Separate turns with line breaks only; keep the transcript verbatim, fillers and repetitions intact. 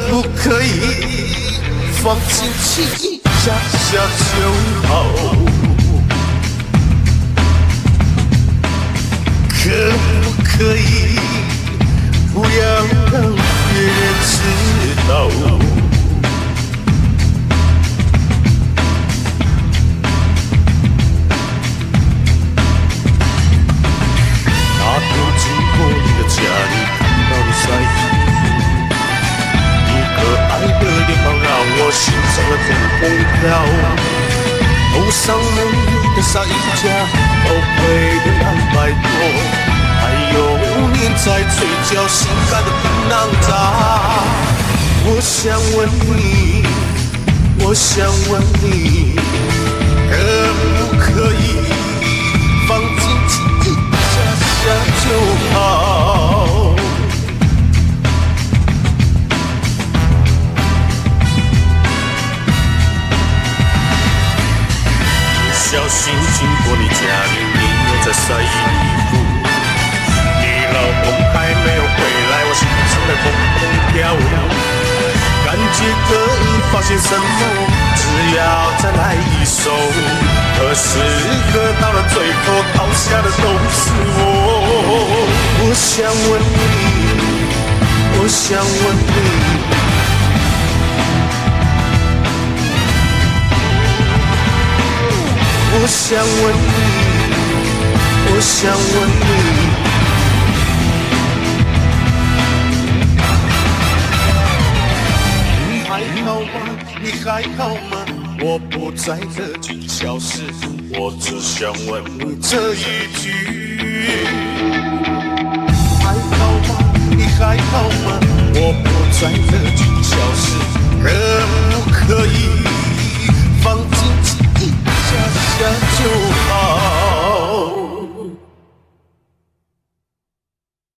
不可以放进记忆下下就好？可不可以不要让别人知道？那天经过你的家里，看到你晒衣，你可爱的脸庞让我心上了阵风飘。头上美丽的纱衣夹，宝贝的两百多，还有粘在嘴角性感的槟榔渣。我想问你，我想问你，可不可以放进记忆下下就好？不小心经过你家里，你又在晒衣服。你老公还没有回来，我心上在风风飘。感觉可以发现什么，只要再来一首。可是喝到了最后，倒下的都是我。我想问你，我想问你。我想问你，我想问你，你还好吗？你还好吗？我不在这句消失，我只想问你这一句。还好吗？你还好吗？我不在这句消失。